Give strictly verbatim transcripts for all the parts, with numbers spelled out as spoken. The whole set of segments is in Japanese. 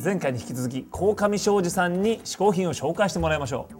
前回に引き続き鴻上尚史さんに試行品を紹介してもらいましょう。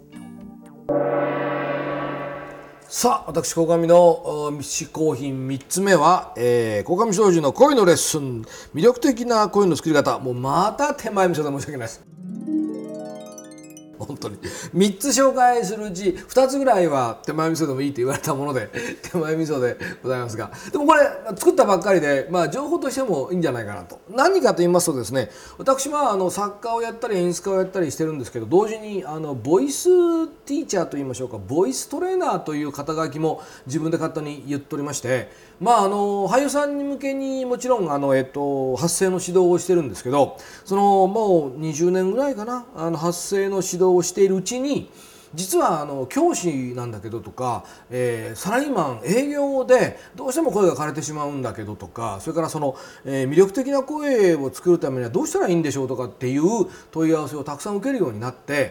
さあ、私鴻上の試行品みっつめは、えー、鴻上尚史の恋のレッスン、魅力的な恋の作り方。もうまた手前味噌で申し訳ないです。本当にみっつ紹介するうちふたつぐらいは手前味噌でもいいと言われたもので手前味噌でございますが、でもこれ作ったばっかりで、まあ、情報としてもいいんじゃないかなと。何かと言いますとですね、私はあの作家をやったり演出家をやったりしてるんですけど、同時にあのボイスティーチャーと言いましょうか、ボイストレーナーという肩書きも自分で勝手に言っておりまして、まあ、あの俳優さんに向けにもちろんあの、えっと、発声の指導をしてるんですけど、そのもうにじゅうねんぐらいかな、あの発声の指導をしているうちに、実はあの教師なんだけどとか、えー、サラリーマン営業でどうしても声が枯れてしまうんだけどとか、それからその、えー、魅力的な声を作るためにはどうしたらいいんでしょうとかっていう問い合わせをたくさん受けるようになって、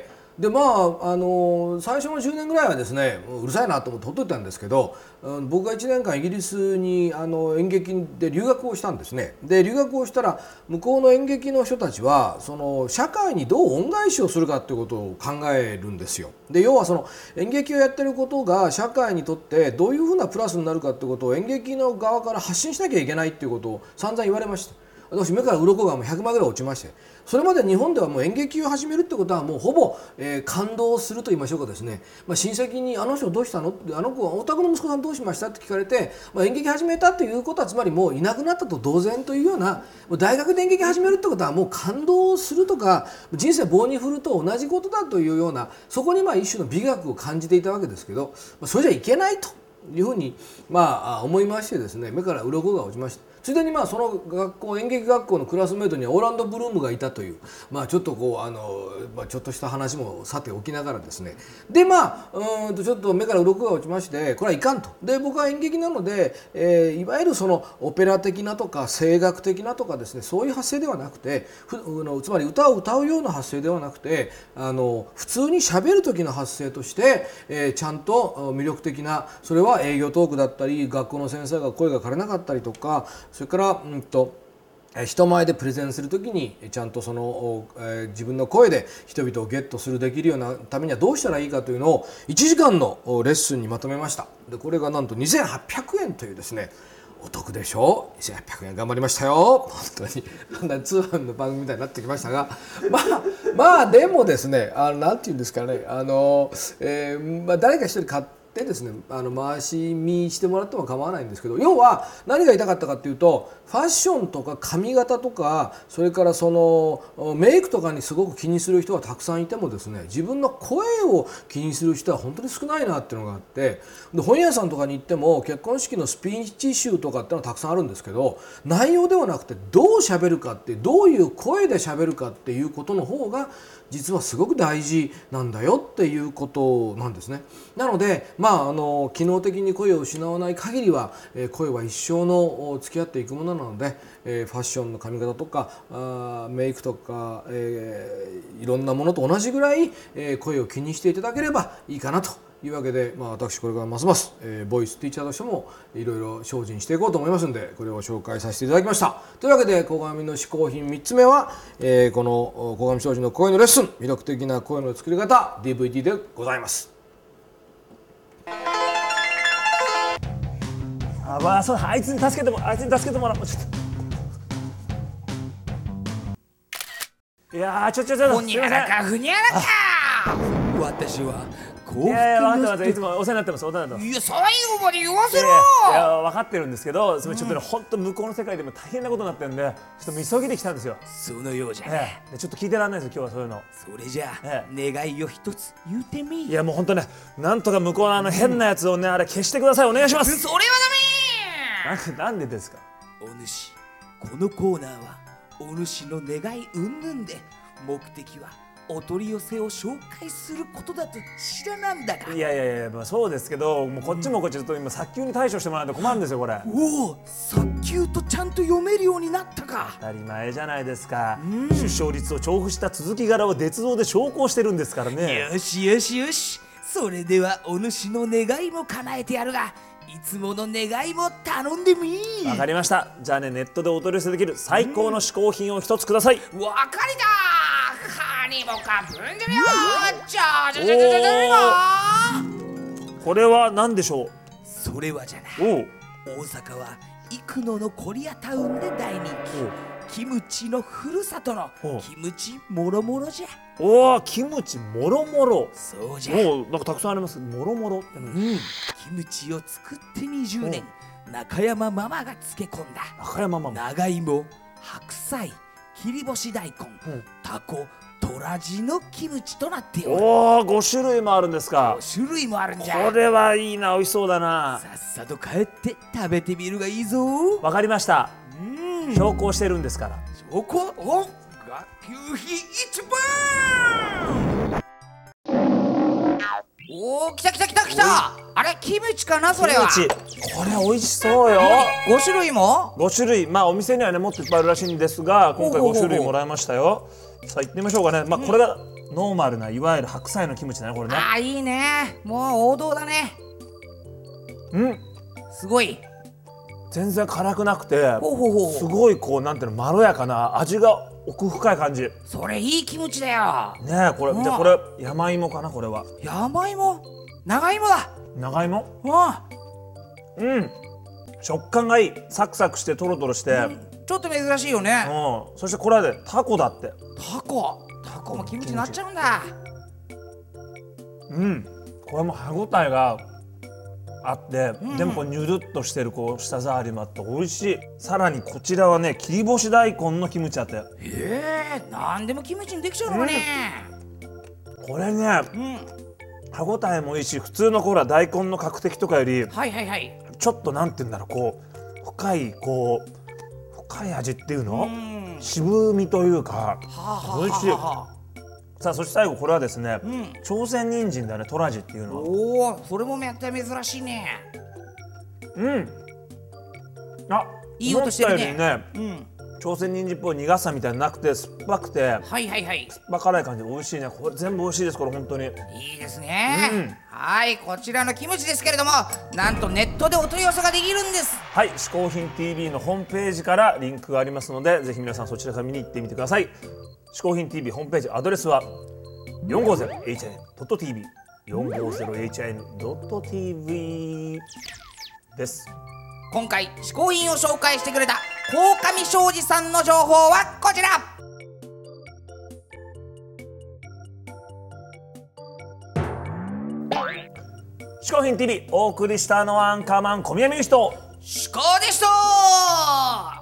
でまあ、あの最初のじゅうねんぐらいはですね、うるさいなと思ってほっといたんですけど、僕がいちねんかんイギリスにあの演劇で留学をしたんですね。で留学をしたら向こうの演劇の人たちはその社会にどう恩返しをするかということを考えるんですよ。で要はその演劇をやってることが社会にとってどういうふうなプラスになるかということを演劇の側から発信しなきゃいけないということを散々言われました。私目から鱗がもうひゃくまいぐらい落ちまして、それまで日本ではもう演劇を始めるってことはもうほぼ、えー、感動すると言いましょうかですね、まあ、親戚に「あの人どうしたの?」って「あの子はお宅の息子さんどうしました?」って聞かれて、まあ、演劇始めたということはつまりもういなくなったと同然というような、もう大学で演劇始めるってことはもう感動するとか人生棒に振ると同じことだというような、そこにまあ一種の美学を感じていたわけですけど、まあ、それじゃいけないというふうにまあ思いましてですね、目から鱗が落ちました。ついでにまあその学校演劇学校のクラスメートにはオーランド・ブルームがいたという、まあちょっとこうあの、まあ、ちょっとした話もさておきながらですね、でまあうんとちょっと目から鱗が落ちまして、これはいかんと。で僕は演劇なので、えー、いわゆるそのオペラ的なとか声楽的なとかですね、そういう発声ではなくて、ふのつまり歌を歌うような発声ではなくて、あの普通にしゃべる時の発声として、えー、ちゃんと魅力的な、それは営業トークだったり、学校の先生が声が枯れなかったりとか、それから、うんと、人前でプレゼンするときにちゃんとその、えー、自分の声で人々をゲットするできるようなためにはどうしたらいいかというのをいちじかんのレッスンにまとめました。でこれがなんとにせんはっぴゃくえんというですね、お得でしょう。にせんはっぴゃくえん頑張りましたよ。本当にだんだん通販の番組みたいになってきましたが、まあまあでもですね、あのなんていうんですかね、あの、えーまあ、誰か一人買ってでですね、あの回し見してもらっても構わないんですけど、要は何が言いたかったかっていうと、ファッションとか髪型とか、それからそのメイクとかにすごく気にする人はたくさんいてもですね、自分の声を気にする人は本当に少ないなっていうのがあって、で本屋さんとかに行っても結婚式のスピーチ集とかっていうのはたくさんあるんですけど、内容ではなくてどう喋るかって、どういう声で喋るかっていうことの方が実はすごく大事なんだよっていうことなんですね。なのでまああの機能的に声を失わない限りは、えー、声は一生の付き合っていくものなので、えー、ファッションの髪型とかあメイクとか、えー、いろんなものと同じぐらい、えー、声を気にしていただければいいかなというわけで、まあ、私これからますます、えー、ボイスティーチャーとしてもいろいろ精進していこうと思いますので、これを紹介させていただきました。というわけで鴻上の試行品みっつめは、えー、この鴻上尚史の声のレッスン、魅力的な声の作り方 ディーブイディー でございます。 あ、まあ、そうあいつに助けてもあいつに助けてもらう。ちょっといやーちょちょちょほにゃらかふにゃらか。私は幸福いやいや分かってのます、いつもお世話になってます、お世話になってます。 いや最後まで言わせろ。 いやいや分かってるんですけど、それちょっとね、本当向こうの世界でも大変なことになってるんで、ちょっと急ぎで来たんですよ。 そのようじゃ、 ええ、でちょっと聞いてらんないですよ今日はそういうの。 それじゃあ、 ええ、願いを一つ言うてみ。 いやもう本当ね、なんとか向こうのあの変なやつをね、あれ消してください、お願いします。 それはなんでなんでですか。 ダメ。お主、このコーナーはお主の願い云々で、目的はお取り寄せを紹介することだと知らなんだか。 いやいやいや、まあ、そうですけど、もうこっちもこっちちょっと今早急に対処してもらわないと困るんですよこれ。 おお、早急とちゃんと読めるようになったか。 当たり前じゃないですか。出生率を重複した続き柄を捏造で証拠してるんですからね。 よしよしよし、それではお主の願いも叶えてやるが、いつもの願いも頼んでみー。 わかりました。じゃあね、ネットでお取り寄せできる最高の嗜好品を一つください。 わかりだ。 何もかぶんでみよう。じゃあじゃじゃじゃじゃじゃこれは何でしょう。 それはじゃな、 おう大阪は生野のコリアタウンで大人気、キムチのふるさとのおうキムチもろもろじゃ。 おー、キムチもろもろ。 そうじゃ。 おう、なんかたくさんあります。もろもろって何。 キムチを作ってにじゅうねん、中山ママが漬け込んだ中山ママ。 長芋、白菜、切り干し大根、 うんタコ、トラジのキムチとなっておる。 おお、ご種類もあるんですか。 種類もあるんじゃ。 これはいいな、美味しそうだな。 さっさと帰って食べてみるがいいぞ。 わかりました。 うん、 証拠してるんですから。 証拠お学級費一番。おお、来た来た来た来た。あれキムチかな、それは。 キムチ、これ美味しそうよ。 ご種類も。 ご種類、まあお店にはねもっといっぱいあるらしいんですが、今回ご種類もらいましたよ。さあ行ってみましょうかね。まあこれがノーマルないわゆる白菜のキムチだね、これね。 ああ、いいね。もう王道だね。 うん、 すごい。 全然辛くなくて、 ほうほうほう。 すごいこうなんていうの、まろやかな味が奥深い感じ。ねそれいいキムチだよ。 え、これうんでこれ山芋かな、これは。 山芋、長芋だ。 長芋。 うん、 うん、食感がいい。サクサクしてトロトロして、うんちょっと珍しいよね。 そしてこれはねタコだって。 タコ、タコもキムチになっちゃうんだ。 うん、これも歯ごたえがあって、 んでもこうニュルっとしてるこう舌触りもあって美味しい。さらにこちらはね切り干し大根のキムチあって、 へえ、なんでもキムチにできちゃうのかね。 これねうん、 歯ごたえもいいし、普通のほら大根の角的とかよりはいはいはい。 ちょっとなんて言うんだろう、こう深いこう深い味っていうの、 うん、 渋みというかはあはあ美味しい。 はあ。 さあそして最後これはですね、 うん、 朝鮮人参だね、トラジっていうの。 おお、それもめった珍しいね。 うん、あ、 いい音してるね思ったよりねうん、 朝鮮人参っぽい苦さみたいなのなくて、酸っぱくてはいはいはい。 酸っぱ辛い感じで美味しいね。これ全部美味しいです、これ本当に。 いいですね、 うんはい、こちらのキムチですけれども、なんとネットでお取り寄せができるんです。 はい、嗜好品 ティービー のホームページからリンクがありますので、ぜひ皆さんそちらから見に行ってみてください。嗜好品 ティービー ホームページアドレスは よんごぜろエイチアイエヌドットティービー よんごぜろエイチアイエヌドットティービー です。 今回嗜好品を紹介してくれた鴻上庄司さんの情報はこちら。 嗜好品 ティービー お送りしたのはアンカーマン小宮山由紀と。 至高でした。